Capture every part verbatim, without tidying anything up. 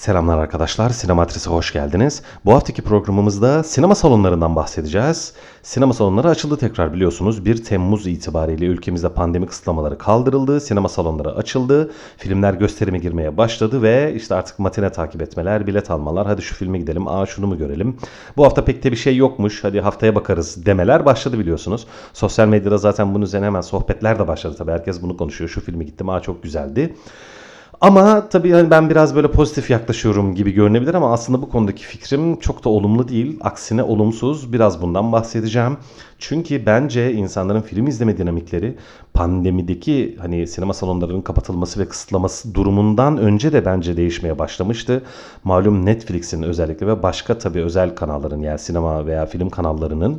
Selamlar arkadaşlar, Sinematris'e hoş geldiniz. Bu haftaki programımızda sinema salonlarından bahsedeceğiz. Sinema salonları açıldı tekrar biliyorsunuz. bir Temmuz itibariyle ülkemizde pandemi kısıtlamaları kaldırıldı. Sinema salonları açıldı. Filmler gösterime girmeye başladı ve işte artık matine takip etmeler, bilet almalar. Hadi şu filme gidelim, aa şunu mu görelim. Bu hafta pek de bir şey yokmuş, hadi haftaya bakarız demeler başladı biliyorsunuz. Sosyal medyada zaten bunun üzerine hemen sohbetler de başladı tabii. Herkes bunu konuşuyor. Şu filme gittim, aa çok güzeldi. Ama tabii hani ben biraz böyle pozitif yaklaşıyorum gibi görünebilir ama aslında bu konudaki fikrim çok da olumlu değil. Aksine olumsuz. Biraz bundan bahsedeceğim. Çünkü bence insanların film izleme dinamikleri pandemideki hani sinema salonlarının kapatılması ve kısıtlaması durumundan önce de bence değişmeye başlamıştı. Malum Netflix'in özellikle ve başka tabii özel kanalların yani sinema veya film kanallarının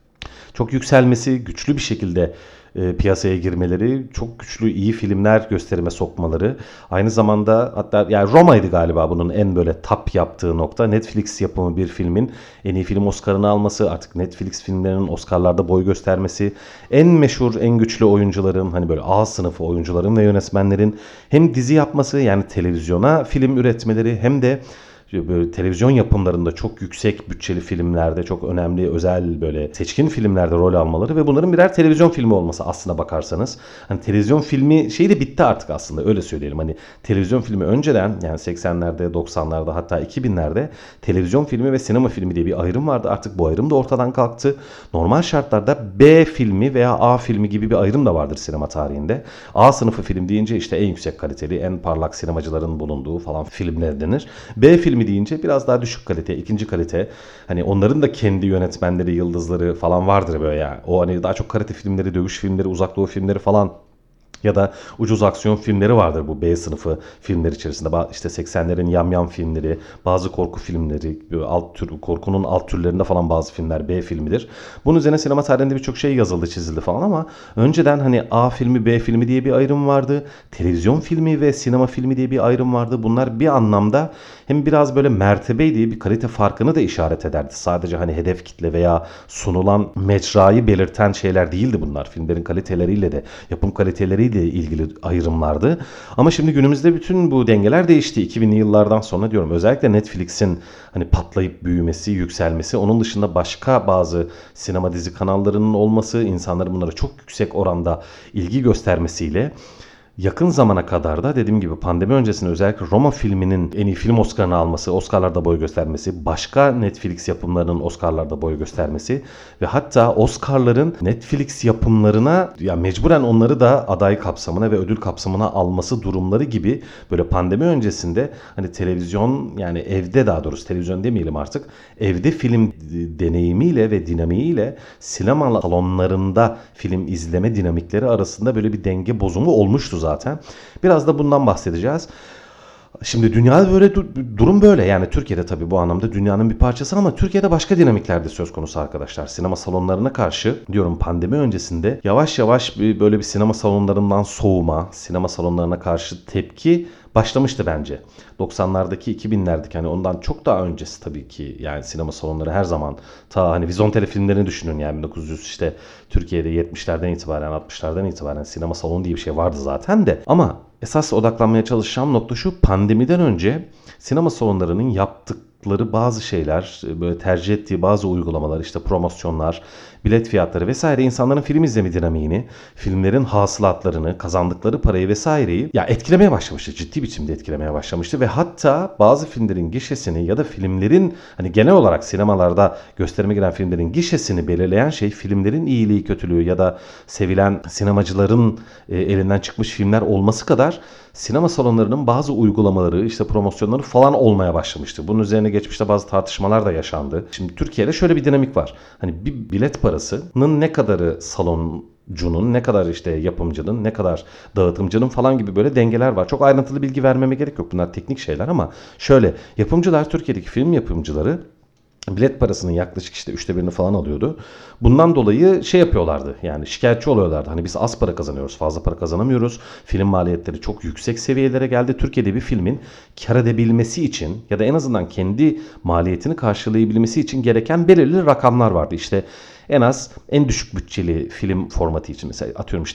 çok yükselmesi, güçlü bir şekilde e, piyasaya girmeleri, çok güçlü iyi filmler gösterime sokmaları. Aynı zamanda hatta yani Roma'ydı galiba bunun en böyle tap yaptığı nokta. Netflix yapımı bir filmin en iyi film Oscar'ını alması, artık Netflix filmlerinin Oscar'larda boy göstermesi, en meşhur, en güçlü oyuncuların hani böyle A sınıfı oyuncuların ve yönetmenlerin hem dizi yapması yani televizyona film üretmeleri hem de böyle televizyon yapımlarında çok yüksek bütçeli filmlerde çok önemli özel böyle seçkin filmlerde rol almaları ve bunların birer televizyon filmi olması aslına bakarsanız. Hani televizyon filmi şeyi de bitti artık aslında öyle söyleyelim. Hani televizyon filmi önceden yani seksenlerde doksanlarda hatta iki binlerde televizyon filmi ve sinema filmi diye bir ayrım vardı. Artık bu ayrım da ortadan kalktı. Normal şartlarda B filmi veya A filmi gibi bir ayrım da vardır sinema tarihinde. A sınıfı film deyince işte en yüksek kaliteli, en parlak sinemacıların bulunduğu falan filmler denir. B filmi deyince biraz daha düşük kalite, ikinci kalite. Hani onların da kendi yönetmenleri, yıldızları falan vardır böyle ya. O hani daha çok karate filmleri, dövüş filmleri, uzak doğu filmleri falan ya da ucuz aksiyon filmleri vardır bu B sınıfı filmler içerisinde. İşte seksenlerin yamyam filmleri, bazı korku filmleri, alt tür, korkunun alt türlerinde falan bazı filmler B filmidir. Bunun üzerine sinema tarihinde birçok şey yazıldı, çizildi falan ama önceden hani A filmi, B filmi diye bir ayrım vardı. Televizyon filmi ve sinema filmi diye bir ayrım vardı. Bunlar bir anlamda hem biraz böyle mertebeydi, bir kalite farkını da işaret ederdi. Sadece hani hedef kitle veya sunulan mecrayı belirten şeyler değildi bunlar. Filmlerin kaliteleriyle de, yapım kaliteleriyle ilgili ayrımlardı. Ama şimdi günümüzde bütün bu dengeler değişti. iki binli yıllardan sonra diyorum. Özellikle Netflix'in hani patlayıp büyümesi, yükselmesi, onun dışında başka bazı sinema dizi kanallarının olması, insanların bunlara çok yüksek oranda ilgi göstermesiyle yakın zamana kadar da dediğim gibi pandemi öncesinde özellikle Roma filminin en iyi film Oscar'ını alması, Oscar'larda boy göstermesi, başka Netflix yapımlarının Oscar'larda boy göstermesi ve hatta Oscar'ların Netflix yapımlarına ya mecburen onları da aday kapsamına ve ödül kapsamına alması durumları gibi böyle pandemi öncesinde hani televizyon yani evde daha doğrusu televizyon demeyelim artık evde film deneyimiyle ve dinamiğiyle sinema salonlarında film izleme dinamikleri arasında böyle bir denge bozumu olmuştu zaten. Biraz da bundan bahsedeceğiz. Şimdi dünyada böyle durum böyle. Yani Türkiye'de tabii bu anlamda dünyanın bir parçası ama Türkiye'de başka dinamikler de söz konusu arkadaşlar. Sinema salonlarına karşı diyorum pandemi öncesinde yavaş yavaş bir böyle bir sinema salonlarından soğuma, sinema salonlarına karşı tepki başlamıştı bence. doksanlardaki iki binlerdeki hani ondan çok daha öncesi tabii ki yani sinema salonları her zaman ta hani Vizontele filmlerini düşünün yani bin dokuz yüz işte Türkiye'de yetmişlerden itibaren altmışlardan itibaren sinema salonu diye bir şey vardı zaten de ama esas odaklanmaya çalışacağım nokta şu pandemiden önce sinema salonlarının yaptıkları bazı şeyler böyle tercih ettiği bazı uygulamalar işte promosyonlar bilet fiyatları vesaire insanların film izleme dinamiğini, filmlerin hasılatlarını, kazandıkları parayı vesaireyi ya etkilemeye başlamıştı. Ciddi biçimde etkilemeye başlamıştı ve hatta bazı filmlerin gişesini ya da filmlerin hani genel olarak sinemalarda gösterime giren filmlerin gişesini belirleyen şey filmlerin iyiliği, kötülüğü ya da sevilen sinemacıların e, elinden çıkmış filmler olması kadar sinema salonlarının bazı uygulamaları, işte promosyonları falan olmaya başlamıştı. Bunun üzerine geçmişte bazı tartışmalar da yaşandı. Şimdi Türkiye'de şöyle bir dinamik var. Hani bir bilet parasının ne kadarı saloncunun, ne kadar işte yapımcının, ne kadar dağıtımcının falan gibi böyle dengeler var. Çok ayrıntılı bilgi vermeme gerek yok. Bunlar teknik şeyler ama şöyle yapımcılar, Türkiye'deki film yapımcıları bilet parasının yaklaşık işte üçte birini falan alıyordu. Bundan dolayı şey yapıyorlardı yani şikayetçi oluyorlardı. Hani biz az para kazanıyoruz, fazla para kazanamıyoruz. Film maliyetleri çok yüksek seviyelere geldi. Türkiye'de bir filmin kar edebilmesi için ya da en azından kendi maliyetini karşılayabilmesi için gereken belirli rakamlar vardı. İşte en az en düşük bütçeli film formatı için mesela atıyorum işte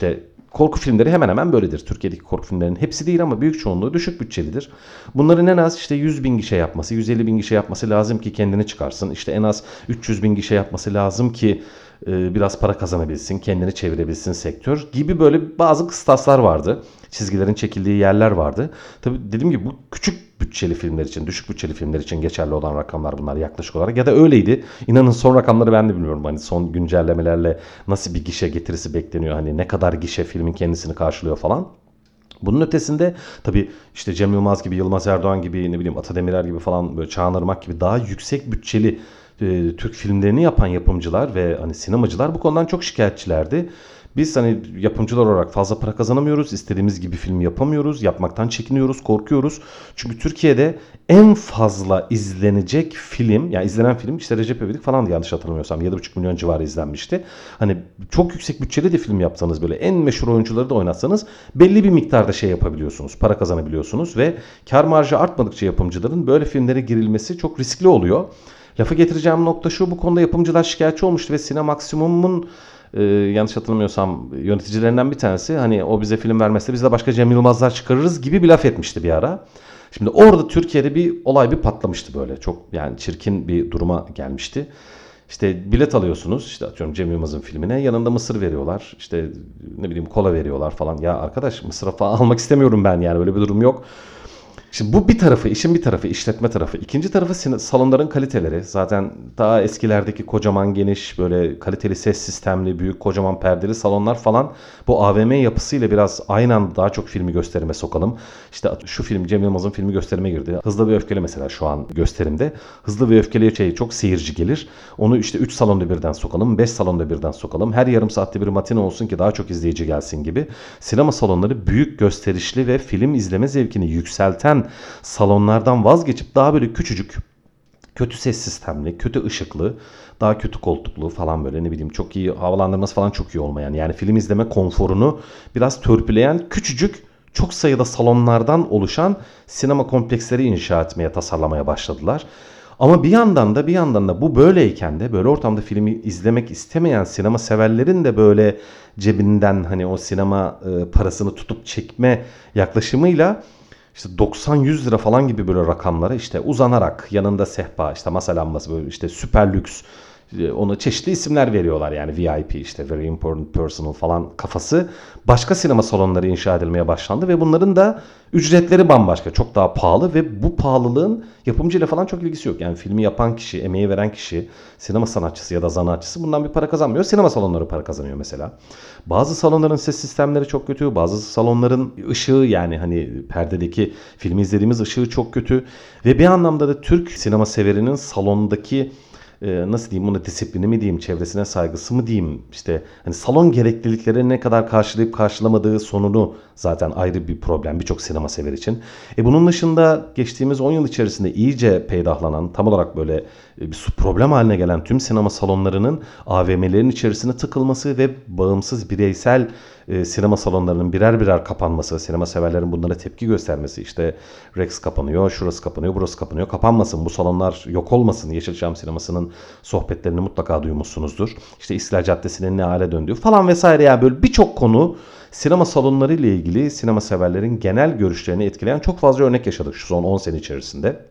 korku filmleri hemen hemen böyledir. Türkiye'deki korku filmlerinin hepsi değil ama büyük çoğunluğu düşük bütçelidir. Bunların en az işte yüz bin gişe yapması, yüz elli bin gişe yapması lazım ki kendini çıkarsın. İşte en az üç yüz bin gişe yapması lazım ki e, biraz para kazanabilsin, kendini çevirebilsin sektör gibi böyle bazı kıstaslar vardı. Çizgilerin çekildiği yerler vardı. Tabii dediğim gibi bu küçük bütçeli filmler için, düşük bütçeli filmler için geçerli olan rakamlar bunlar yaklaşık olarak. Ya da öyleydi. İnanın son rakamları ben de bilmiyorum. Hani son güncellemelerle nasıl bir gişe getirisi bekleniyor. Hani ne kadar gişe filmin kendisini karşılıyor falan. Bunun ötesinde tabii işte Cem Yılmaz gibi, Yılmaz Erdoğan gibi, ne bileyim Ata Demirer gibi falan, böyle Çağan Irmak gibi daha yüksek bütçeli e, Türk filmlerini yapan yapımcılar ve hani sinemacılar bu konudan çok şikayetçilerdi. Biz hani yapımcılar olarak fazla para kazanamıyoruz, istediğimiz gibi film yapamıyoruz, yapmaktan çekiniyoruz, korkuyoruz. Çünkü Türkiye'de en fazla izlenecek film, yani izlenen film işte Recep İvedik falan, yanlış hatırlamıyorsam yedi buçuk milyon civarı izlenmişti. Hani çok yüksek bütçeli de film yapsanız, böyle en meşhur oyuncuları da oynatsanız belli bir miktarda şey yapabiliyorsunuz, para kazanabiliyorsunuz ve kar marjı artmadıkça yapımcıların böyle filmlere girilmesi çok riskli oluyor. Lafı getireceğim nokta şu: bu konuda yapımcılar şikayetçi olmuştu ve Sinemaksimum'un Ee, yanlış hatırlamıyorsam yöneticilerinden bir tanesi, hani o bize film vermezse biz de başka Cem Yılmazlar çıkarırız gibi bir laf etmişti bir ara. Şimdi orada Türkiye'de bir olay bir patlamıştı böyle. Çok yani çirkin bir duruma gelmişti. İşte bilet alıyorsunuz, işte atıyorum Cem Yılmaz'ın filmine, yanında mısır veriyorlar. İşte ne bileyim kola veriyorlar falan. Ya arkadaş, mısır falan almak istemiyorum ben, yani öyle bir durum yok. Şimdi bu bir tarafı, işin bir tarafı, işletme tarafı. İkinci tarafı salonların kaliteleri. Zaten daha eskilerdeki kocaman, geniş, böyle kaliteli ses sistemli, büyük kocaman perdeli salonlar falan bu A V M yapısıyla biraz aynı anda daha çok filmi gösterime sokalım. İşte şu film, Cem Yılmaz'ın filmi gösterime girdi. Hızlı ve Öfkeli mesela şu an gösterimde. Hızlı ve Öfkeli'ye şey, çok seyirci gelir. Onu işte üç salonda birden sokalım, beş salonda birden sokalım. Her yarım saatte bir matine olsun ki daha çok izleyici gelsin gibi. Sinema salonları büyük, gösterişli ve film izleme zevkini yükselten salonlardan vazgeçip daha böyle küçücük, kötü ses sistemli, kötü ışıklı, daha kötü koltuklu falan, böyle ne bileyim çok iyi havalandırması falan çok iyi olmayan, yani film izleme konforunu biraz törpüleyen küçücük, çok sayıda salonlardan oluşan sinema kompleksleri inşa etmeye, tasarlamaya başladılar. Ama bir yandan da bir yandan da bu böyleyken de böyle ortamda filmi izlemek istemeyen sinema severlerin de böyle cebinden hani o sinema e, parasını tutup çekme yaklaşımıyla İşte doksan yüz lira falan gibi böyle rakamlara, işte uzanarak, yanında sehpa, işte masa lambası, böyle işte süper lüks, ona çeşitli isimler veriyorlar, yani V I P, işte very important personal falan kafası başka sinema salonları inşa edilmeye başlandı ve bunların da ücretleri bambaşka, çok daha pahalı ve bu pahalılığın yapımcıyla falan çok ilgisi yok. Yani filmi yapan kişi, emeği veren kişi, sinema sanatçısı ya da zanaatçısı bundan bir para kazanmıyor. Sinema salonları para kazanıyor mesela. Bazı salonların ses sistemleri çok kötü, bazı salonların ışığı, yani hani perdedeki filmi izlediğimiz ışığı çok kötü ve bir anlamda da Türk sinema severinin salondaki e, nasıl diyeyim, buna disiplini mi diyeyim, çevresine saygısı mı diyeyim, işte hani salon gereklilikleri ne kadar karşılayıp karşılamadığı sonunu zaten ayrı bir problem birçok sinema sever için. E bunun dışında geçtiğimiz on yıl içerisinde iyice peydahlanan, tam olarak böyle e, bir problem haline gelen tüm sinema salonlarının A V M'lerin içerisine tıkılması ve bağımsız bireysel e, sinema salonlarının birer birer kapanması, sinema severlerin bunlara tepki göstermesi, işte Rex kapanıyor, şurası kapanıyor, burası kapanıyor, kapanmasın, bu salonlar yok olmasın. Yeşilçam sinemasının sohbetlerini mutlaka duymuşsunuzdur. İşte İstiklal Caddesi'nin ne hale döndüğü falan vesaire, yani böyle birçok konu sinema salonları ile ilgili sinema severlerin genel görüşlerini etkileyen çok fazla örnek yaşadık şu son on sene içerisinde.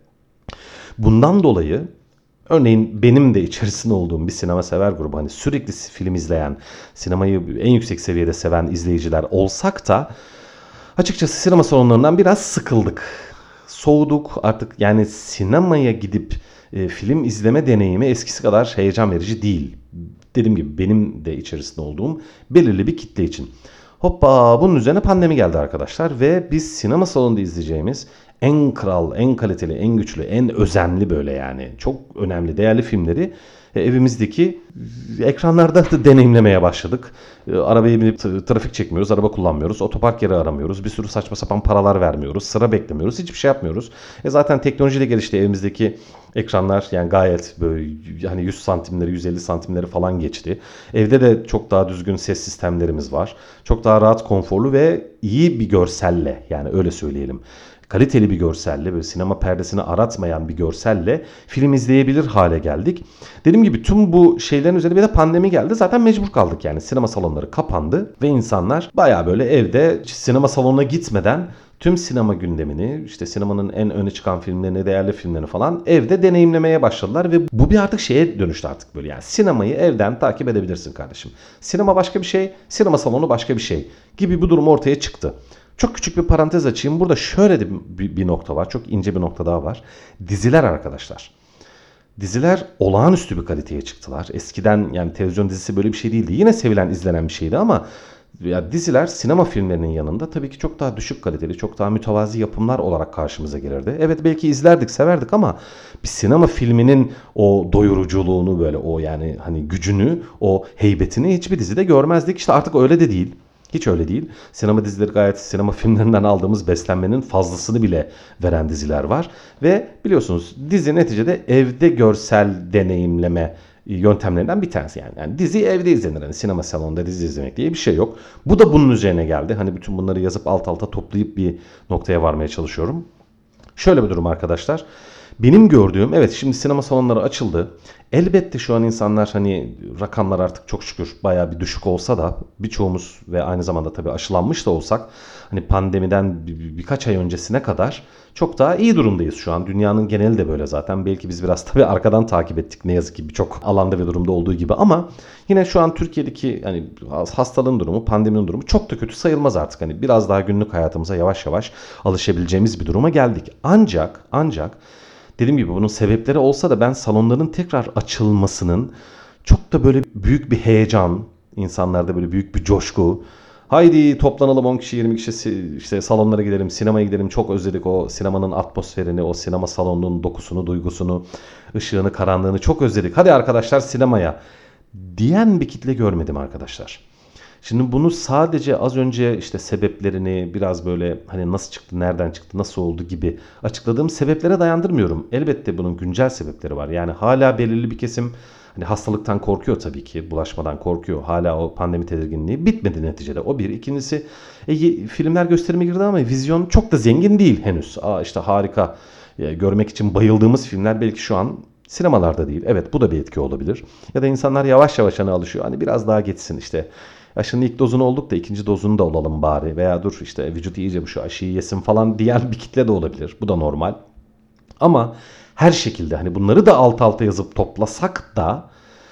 Bundan dolayı örneğin benim de içerisinde olduğum bir sinema sever grubu, hani sürekli film izleyen, sinemayı en yüksek seviyede seven izleyiciler olsak da açıkçası sinema salonlarından biraz sıkıldık. Soğuduk artık, yani sinemaya gidip e, film izleme deneyimi eskisi kadar heyecan verici değil. Dediğim gibi benim de içerisinde olduğum belirli bir kitle için. Hoppa, bunun üzerine pandemi geldi arkadaşlar ve biz sinema salonunda izleyeceğimiz en kral, en kaliteli, en güçlü, en özenli, böyle yani çok önemli, değerli filmleri e, evimizdeki ekranlarda da deneyimlemeye başladık. E, arabayı binip t- trafik çekmiyoruz, araba kullanmıyoruz, otopark yeri aramıyoruz, bir sürü saçma sapan paralar vermiyoruz, sıra beklemiyoruz, hiçbir şey yapmıyoruz. E, zaten teknoloji de gelişti, evimizdeki ekranlar yani gayet böyle hani yüz santimleri, yüz elli santimleri falan geçti. Evde de çok daha düzgün ses sistemlerimiz var. Çok daha rahat, konforlu ve iyi bir görselle, yani öyle söyleyelim. kaliteli bir görselle, böyle sinema perdesini aratmayan bir görselle film izleyebilir hale geldik. Dediğim gibi tüm bu şeylerin üzerine bir de pandemi geldi. Zaten mecbur kaldık yani. Sinema salonları kapandı ve insanlar bayağı böyle evde sinema salonuna gitmeden tüm sinema gündemini, işte sinemanın en öne çıkan filmlerini, değerli filmlerini falan evde deneyimlemeye başladılar ve bu bir artık şeye dönüştü artık böyle yani. Sinemayı evden takip edebilirsin kardeşim. Sinema başka bir şey, sinema salonu başka bir şey gibi bir durum ortaya çıktı. Çok küçük bir parantez açayım. Burada şöyle de bir, bir nokta var. Çok ince bir nokta daha var. Diziler arkadaşlar. Diziler olağanüstü bir kaliteye çıktılar. Eskiden yani televizyon dizisi böyle bir şey değildi. Yine sevilen, izlenen bir şeydi ama ya diziler sinema filmlerinin yanında tabii ki çok daha düşük kaliteli, çok daha mütevazi yapımlar olarak karşımıza gelirdi. Evet belki izlerdik, severdik ama bir sinema filminin o doyuruculuğunu böyle o yani hani gücünü, o heybetini hiçbir dizide görmezdik. İşte artık öyle de değil. Hiç öyle değil. Sinema dizileri gayet sinema filmlerinden aldığımız beslenmenin fazlasını bile veren diziler var. Ve biliyorsunuz dizi neticede evde görsel deneyimleme yöntemlerinden bir tanesi yani. Yani dizi evde izlenir. Yani sinema salonunda dizi izlemek diye bir şey yok. Bu da bunun üzerine geldi. Hani bütün bunları yazıp alt alta toplayıp bir noktaya varmaya çalışıyorum. Şöyle bir durum arkadaşlar. Benim gördüğüm evet şimdi sinema salonları açıldı. Elbette şu an insanlar hani rakamlar artık çok şükür bayağı bir düşük olsa da birçoğumuz ve aynı zamanda tabii aşılanmış da olsak hani pandemiden bir, birkaç ay öncesine kadar çok daha iyi durumdayız şu an. Dünyanın geneli de böyle zaten. Belki biz biraz tabii arkadan takip ettik ne yazık ki birçok alanda ve durumda olduğu gibi ama yine şu an Türkiye'deki hani hastalığın durumu, pandeminin durumu çok da kötü sayılmaz artık. Hani biraz daha günlük hayatımıza yavaş yavaş alışabileceğimiz bir duruma geldik. Ancak ancak dediğim gibi bunun sebepleri olsa da ben salonların tekrar açılmasının çok da böyle büyük bir heyecan, insanlarda böyle büyük bir coşku. Haydi toplanalım on kişi yirmi kişi işte salonlara gidelim, sinemaya gidelim. Çok özledik o sinemanın atmosferini, o sinema salonunun dokusunu, duygusunu, ışığını, karanlığını çok özledik. Hadi arkadaşlar sinemaya diyen bir kitle görmedim arkadaşlar. Şimdi bunu sadece az önce işte sebeplerini biraz böyle hani nasıl çıktı, nereden çıktı, nasıl oldu gibi açıkladığım sebeplere dayandırmıyorum. Elbette bunun güncel sebepleri var. Yani hala belirli bir kesim hani hastalıktan korkuyor tabii ki, bulaşmadan korkuyor. Hala o pandemi tedirginliği bitmedi neticede. O bir. İkincisi e, filmler gösterime girdi ama vizyon çok da zengin değil henüz. Aa işte harika e, görmek için bayıldığımız filmler belki şu an sinemalarda değil. Evet bu da bir etki olabilir. Ya da insanlar yavaş yavaş hani alışıyor. Hani biraz daha geçsin işte. Aşının ilk dozunu olduk da ikinci dozunu da olalım bari. Veya dur işte vücut iyice bu şu aşıyı yesin falan diyen bir kitle de olabilir. Bu da normal. Ama her şekilde hani bunları da alt alta yazıp toplasak da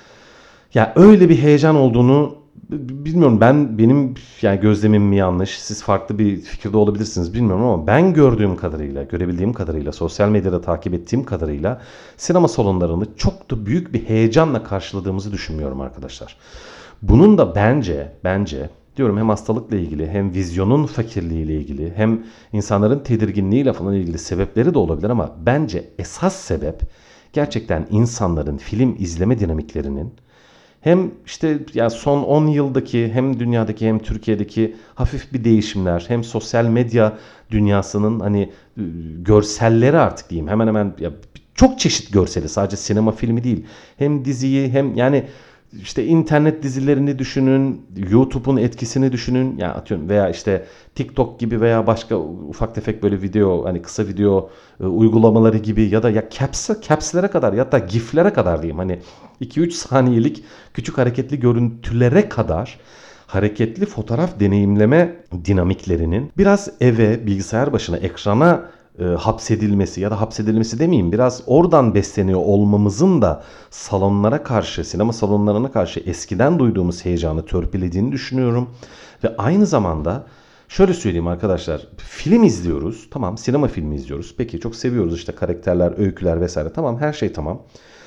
ya öyle bir heyecan olduğunu bilmiyorum. Ben benim yani gözlemim mi yanlış? Siz farklı bir fikirde olabilirsiniz bilmiyorum ama ben gördüğüm kadarıyla, görebildiğim kadarıyla, sosyal medyada takip ettiğim kadarıyla sinema salonlarını çok da büyük bir heyecanla karşıladığımızı düşünmüyorum arkadaşlar. Bunun da bence, bence diyorum hem hastalıkla ilgili hem vizyonun fakirliğiyle ilgili hem insanların tedirginliğiyle falan ilgili sebepleri de olabilir ama bence esas sebep gerçekten insanların film izleme dinamiklerinin hem işte yani son on yıldaki hem dünyadaki hem Türkiye'deki hafif bir değişimler hem sosyal medya dünyasının hani görselleri artık diyeyim hemen hemen ya çok çeşit görseli sadece sinema filmi değil hem diziyi hem yani işte internet dizilerini düşünün, YouTube'un etkisini düşünün. Yani atıyorum veya işte TikTok gibi veya başka ufak tefek böyle video hani kısa video e, uygulamaları gibi ya da ya caps caps'lere kadar ya da giflere kadar diyeyim. Hani iki üç saniyelik küçük hareketli görüntülere kadar hareketli fotoğraf deneyimleme dinamiklerinin biraz eve, bilgisayar başına, ekrana e, hapsedilmesi ya da hapsedilmesi demeyeyim biraz oradan besleniyor olmamızın da salonlara karşı, sinema salonlarına karşı eskiden duyduğumuz heyecanı törpülediğini düşünüyorum. Ve aynı zamanda şöyle söyleyeyim arkadaşlar, film izliyoruz, tamam sinema filmi izliyoruz, peki çok seviyoruz işte karakterler, öyküler vesaire, tamam her şey tamam.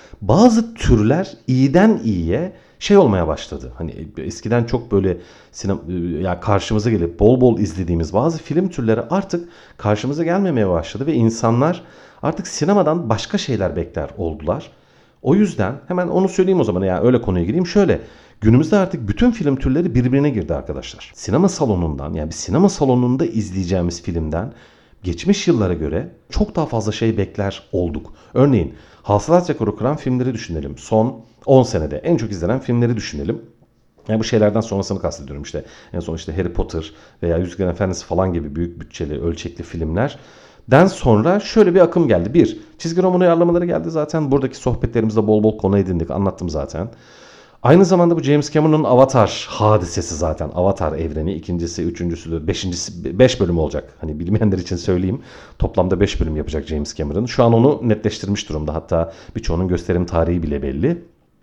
Bazı türler iyiden iyiye şey olmaya başladı. Hani eskiden çok böyle sinema ya karşımıza gelip bol bol izlediğimiz bazı film türleri artık karşımıza gelmemeye başladı ve insanlar artık sinemadan başka şeyler bekler oldular. O yüzden hemen onu söyleyeyim o zaman yani öyle konuya gireyim. Şöyle günümüzde artık bütün film türleri birbirine girdi arkadaşlar. Sinema salonundan yani bir sinema salonunda izleyeceğimiz filmden geçmiş yıllara göre çok daha fazla şey bekler olduk. Örneğin hasılat rekoru kıran filmleri düşünelim. Son on senede en çok izlenen filmleri düşünelim. Yani bu şeylerden sonrasını kastediyorum işte. En son işte Harry Potter veya Yüzüklerin Efendisi falan gibi büyük bütçeli, ölçekli filmler Den sonra şöyle bir akım geldi. Bir, çizgi roman uyarlamaları geldi zaten. Buradaki sohbetlerimizde bol bol konu edindik, anlattım zaten. Aynı zamanda bu James Cameron'ın Avatar hadisesi zaten. Avatar evreni ikincisi, üçüncüsü, beşincisi, beş bölüm olacak. Hani bilmeyenler için söyleyeyim. Toplamda beş bölüm yapacak James Cameron. Şu an onu netleştirmiş durumda. Hatta birçoğunun gösterim tarihi bile belli.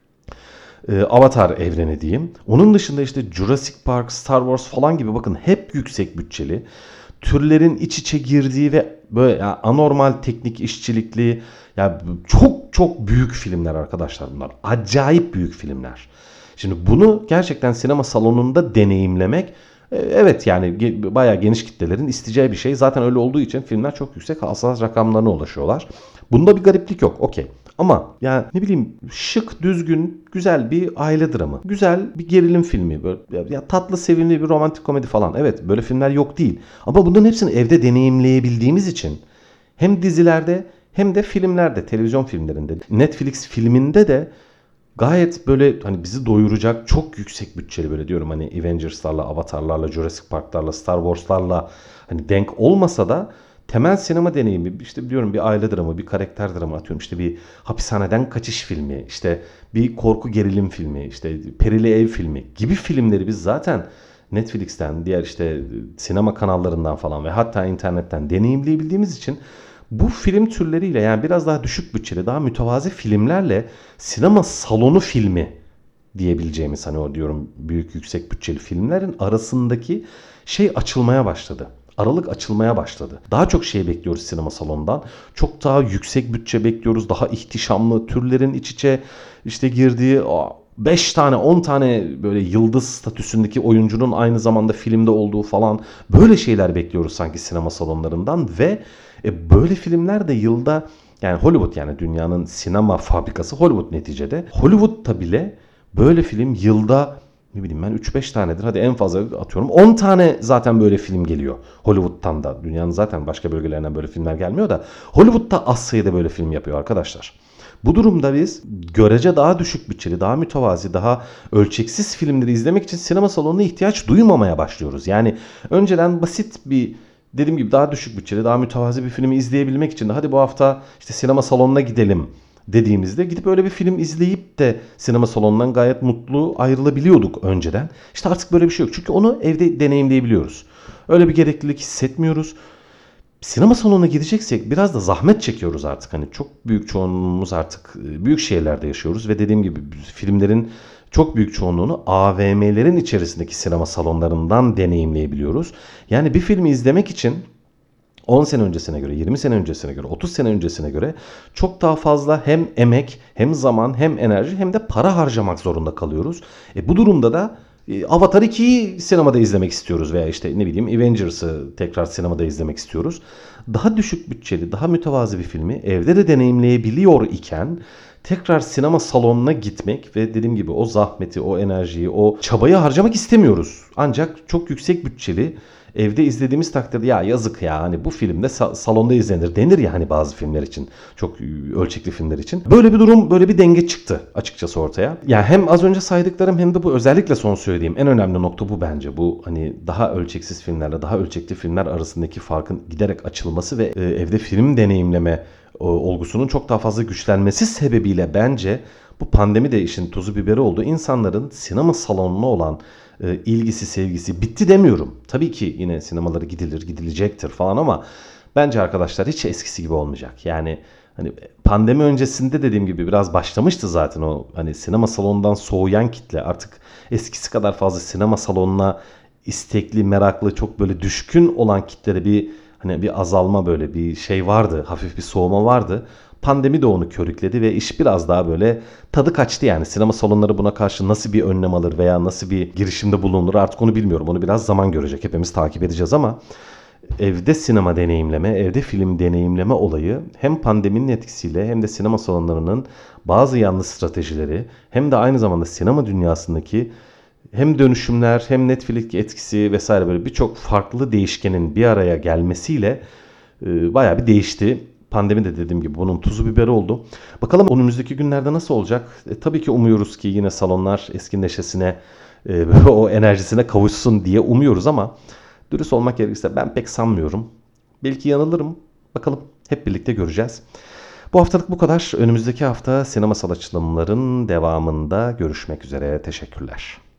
Ee, Avatar evreni diyeyim. Onun dışında işte Jurassic Park, Star Wars falan gibi bakın hep yüksek bütçeli. Türlerin iç içe girdiği ve böyle ya, anormal teknik işçilikli ya çok çok büyük filmler arkadaşlar bunlar. Acayip büyük filmler. Şimdi bunu gerçekten sinema salonunda deneyimlemek evet yani bayağı geniş kitlelerin isteyeceği bir şey. Zaten öyle olduğu için filmler çok yüksek hasılat rakamlarına ulaşıyorlar. Bunda bir gariplik yok. Okey. Ama yani ne bileyim şık, düzgün, güzel bir aile dramı. Güzel bir gerilim filmi. Böyle, ya tatlı, sevimli bir romantik komedi falan. Evet böyle filmler yok değil. Ama bunların hepsini evde deneyimleyebildiğimiz için hem dizilerde hem de filmlerde, televizyon filmlerinde, Netflix filminde de gayet böyle hani bizi doyuracak çok yüksek bütçeli böyle diyorum hani Avengers'larla, Avatar'larla, Jurassic Park'larla, Star Wars'larla hani denk olmasa da temel sinema deneyimi işte diyorum bir aile dramı, bir karakter dramı atıyorum işte bir hapishaneden kaçış filmi, işte bir korku gerilim filmi, işte perili ev filmi gibi filmleri biz zaten Netflix'ten, diğer işte sinema kanallarından falan ve hatta internetten deneyimleyebildiğimiz için bu film türleriyle yani biraz daha düşük bütçeli, daha mütevazi filmlerle sinema salonu filmi diyebileceğimiz hani o diyorum büyük yüksek bütçeli filmlerin arasındaki şey açılmaya başladı. Aralık açılmaya başladı. Daha çok şey bekliyoruz sinema salonundan. Çok daha yüksek bütçe bekliyoruz. Daha ihtişamlı türlerin iç içe işte girdiği beş tane on tane böyle yıldız statüsündeki oyuncunun aynı zamanda filmde olduğu falan böyle şeyler bekliyoruz sanki sinema salonlarından ve e, böyle filmler de yılda yani Hollywood yani dünyanın sinema fabrikası Hollywood neticede. Hollywood'da bile böyle film yılda ne bileyim ben üç beş tanedir. Hadi en fazla atıyorum on tane zaten böyle film geliyor. Hollywood'tan da. Dünyanın zaten başka bölgelerinden böyle filmler gelmiyor da Hollywood'da az sayıda böyle film yapıyor arkadaşlar. Bu durumda biz görece daha düşük bütçeli, daha mütevazi, daha ölçeksiz filmleri izlemek için sinema salonuna ihtiyaç duymamaya başlıyoruz. Yani önceden basit bir dediğim gibi daha düşük bütçeli, daha mütevazi bir filmi izleyebilmek için de hadi bu hafta işte sinema salonuna gidelim dediğimizde gidip öyle bir film izleyip de sinema salonundan gayet mutlu ayrılabiliyorduk önceden. İşte artık böyle bir şey yok. Çünkü onu evde deneyimleyebiliyoruz. Öyle bir gereklilik hissetmiyoruz. Sinema salonuna gideceksek biraz da zahmet çekiyoruz artık. Hani çok büyük çoğunluğumuz artık büyük şehirlerde yaşıyoruz ve dediğim gibi filmlerin çok büyük çoğunluğunu A V M'lerin içerisindeki sinema salonlarından deneyimleyebiliyoruz. Yani bir filmi izlemek için on sene öncesine göre, yirmi sene öncesine göre, otuz sene öncesine göre çok daha fazla hem emek, hem zaman, hem enerji hem de para harcamak zorunda kalıyoruz. E bu durumda da e, Avatar ikiyi sinemada izlemek istiyoruz veya işte ne bileyim Avengers'ı tekrar sinemada izlemek istiyoruz. Daha düşük bütçeli, daha mütevazi bir filmi evde de deneyimleyebiliyor iken tekrar sinema salonuna gitmek ve dediğim gibi o zahmeti, o enerjiyi, o çabayı harcamak istemiyoruz. Ancak çok yüksek bütçeli evde izlediğimiz takdirde ya yazık ya hani bu filmde sa- salonda izlenir denir ya hani bazı filmler için. Çok ölçekli filmler için. Böyle bir durum, böyle bir denge çıktı açıkçası ortaya. Yani hem az önce saydıklarım hem de bu özellikle son söylediğim en önemli nokta bu bence. Bu hani daha ölçeksiz filmlerle daha ölçekli filmler arasındaki farkın giderek açılması ve e, evde film deneyimleme o, olgusunun çok daha fazla güçlenmesi sebebiyle bence bu pandemi de işin tuzu biberi oldu. İnsanların sinema salonuna olan e, ilgisi, sevgisi bitti demiyorum. Tabii ki yine sinemalara gidilir, gidilecektir falan ama bence arkadaşlar hiç eskisi gibi olmayacak. Yani hani pandemi öncesinde dediğim gibi biraz başlamıştı zaten o hani sinema salonundan soğuyan kitle artık eskisi kadar fazla sinema salonuna istekli, meraklı, çok böyle düşkün olan kitlere bir hani bir azalma böyle bir şey vardı. Hafif bir soğuma vardı. Pandemi de onu körükledi ve iş biraz daha böyle tadı kaçtı yani. Sinema salonları buna karşı nasıl bir önlem alır veya nasıl bir girişimde bulunur artık onu bilmiyorum. Onu biraz zaman görecek. Hepimiz takip edeceğiz ama evde sinema deneyimleme, evde film deneyimleme olayı hem pandeminin etkisiyle hem de sinema salonlarının bazı yanlış stratejileri hem de aynı zamanda sinema dünyasındaki hem dönüşümler hem Netflix etkisi vesaire böyle birçok farklı değişkenin bir araya gelmesiyle e, bayağı bir değişti. Pandemi de dediğim gibi bunun tuzu biberi oldu. Bakalım önümüzdeki günlerde nasıl olacak? E, tabii ki umuyoruz ki yine salonlar eski neşesine, e, o enerjisine kavuşsun diye umuyoruz ama dürüst olmak gerekirse ben pek sanmıyorum. Belki yanılırım Bakalım, hep birlikte göreceğiz. Bu haftalık bu kadar. Önümüzdeki hafta sinemasal açılımların devamında görüşmek üzere. Teşekkürler.